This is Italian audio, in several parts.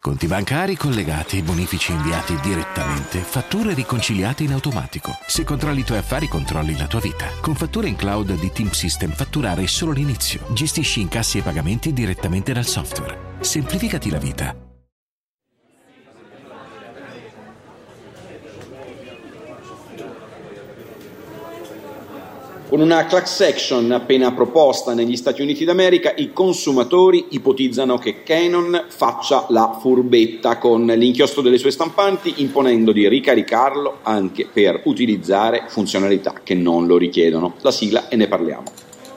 Conti bancari collegati, bonifici inviati direttamente, fatture riconciliate in automatico. Se controlli i tuoi affari, controlli la tua vita. Con fatture in cloud di Team System, fatturare è solo l'inizio. Gestisci incassi e pagamenti direttamente dal software. Semplificati la vita. Con una class action appena proposta negli Stati Uniti d'America, i consumatori ipotizzano che Canon faccia la furbetta con l'inchiostro delle sue stampanti, imponendo di ricaricarlo anche per utilizzare funzionalità che non lo richiedono. La sigla e ne parliamo.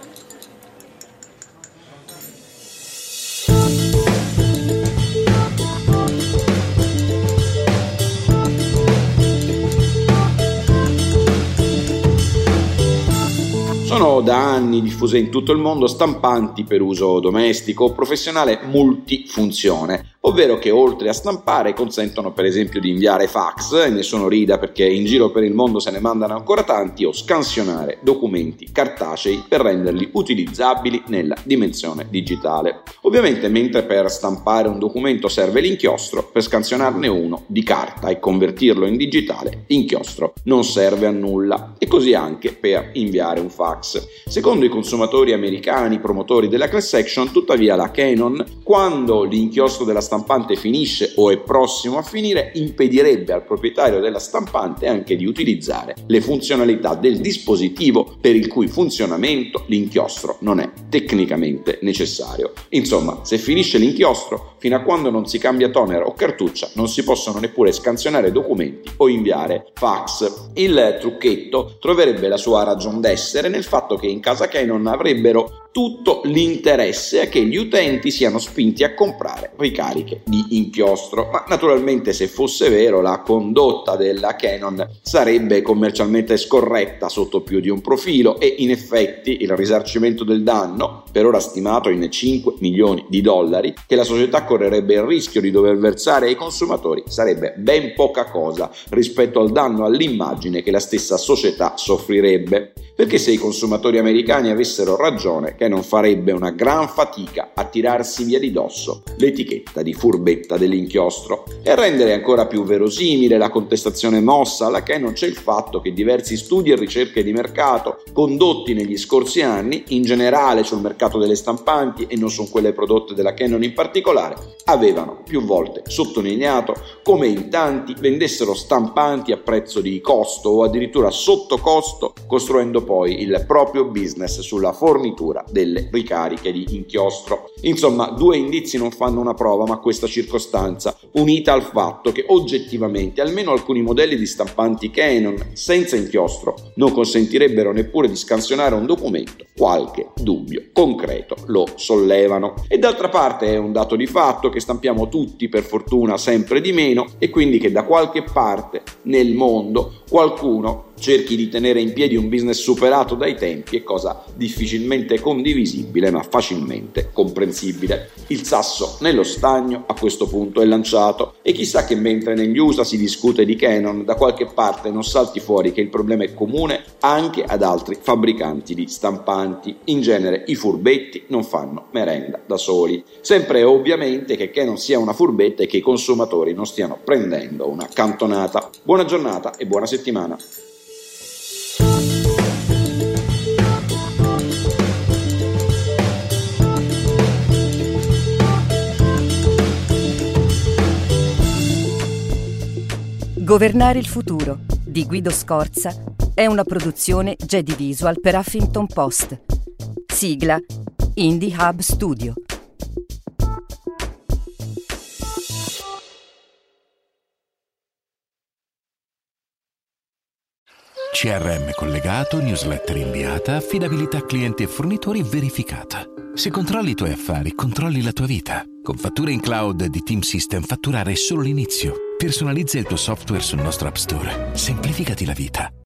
Sono da anni diffuse in tutto il mondo stampanti per uso domestico o professionale multifunzione, ovvero che oltre a stampare consentono per esempio di inviare fax, e nessuno rida perché in giro per il mondo se ne mandano ancora tanti, o scansionare documenti cartacei per renderli utilizzabili nella dimensione digitale. Ovviamente mentre per stampare un documento serve l'inchiostro, per scansionarne uno di carta e convertirlo in digitale, l'inchiostro non serve a nulla, e così anche per inviare un fax. Secondo i consumatori americani promotori della class action, tuttavia la Canon, quando l'inchiostro della stampante finisce o è prossimo a finire, impedirebbe al proprietario della stampante anche di utilizzare le funzionalità del dispositivo per il cui funzionamento l'inchiostro non è tecnicamente necessario. Insomma, se finisce l'inchiostro, fino a quando non si cambia toner o cartuccia, non si possono neppure scansionare documenti o inviare fax. Il trucchetto troverebbe la sua ragion d'essere nel fatto che in casa Canon avrebbero tutto l'interesse a che gli utenti siano spinti a comprare ricariche di inchiostro, ma naturalmente se fosse vero la condotta della Canon sarebbe commercialmente scorretta sotto più di un profilo, e in effetti il risarcimento del danno, per ora stimato in $5 milioni, che la società correrebbe il rischio di dover versare ai consumatori, sarebbe ben poca cosa rispetto al danno all'immagine che la stessa società soffrirebbe, perché se i consumatori americani avessero ragione, che non farebbe una gran fatica a tirarsi via di dosso l'etichetta di furbetta dell'inchiostro. E a rendere ancora più verosimile la contestazione mossa alla Canon c'è il fatto che diversi studi e ricerche di mercato condotti negli scorsi anni, in generale sul mercato delle stampanti e non su quelle prodotte dalla Canon in particolare, avevano più volte sottolineato come in tanti vendessero stampanti a prezzo di costo o addirittura sotto costo, costruendo poi il proprio business sulla fornitura delle ricariche di inchiostro. Insomma, due indizi non fanno una prova, ma questa circostanza, unita al fatto che oggettivamente almeno alcuni modelli di stampanti Canon senza inchiostro non consentirebbero neppure di scansionare un documento, qualche dubbio concreto lo sollevano. E d'altra parte è un dato di fatto che stampiamo tutti, per fortuna, sempre di meno, e quindi che da qualche parte nel mondo qualcuno cerchi di tenere in piedi un business superato dai tempi è cosa difficilmente condivisibile ma facilmente comprensibile. Il sasso nello stagno a questo punto è lanciato, e chissà che mentre negli USA si discute di Canon, da qualche parte non salti fuori che il problema è comune anche ad altri fabbricanti di stampanti. In genere i furbetti non fanno merenda da soli, sempre ovviamente che Canon sia una furbetta e che i consumatori non stiano prendendo una cantonata. Buona giornata e buona settimana. Governare il futuro di Guido Scorza è una produzione Jedi Visual per Huffington Post. Sigla Indie Hub Studio. CRM collegato, newsletter inviata, affidabilità clienti e fornitori verificata. Se controlli i tuoi affari, controlli la tua vita. Con fatture in cloud di Team System, fatturare è solo l'inizio. Personalizza il tuo software sul nostro App Store. Semplificati la vita.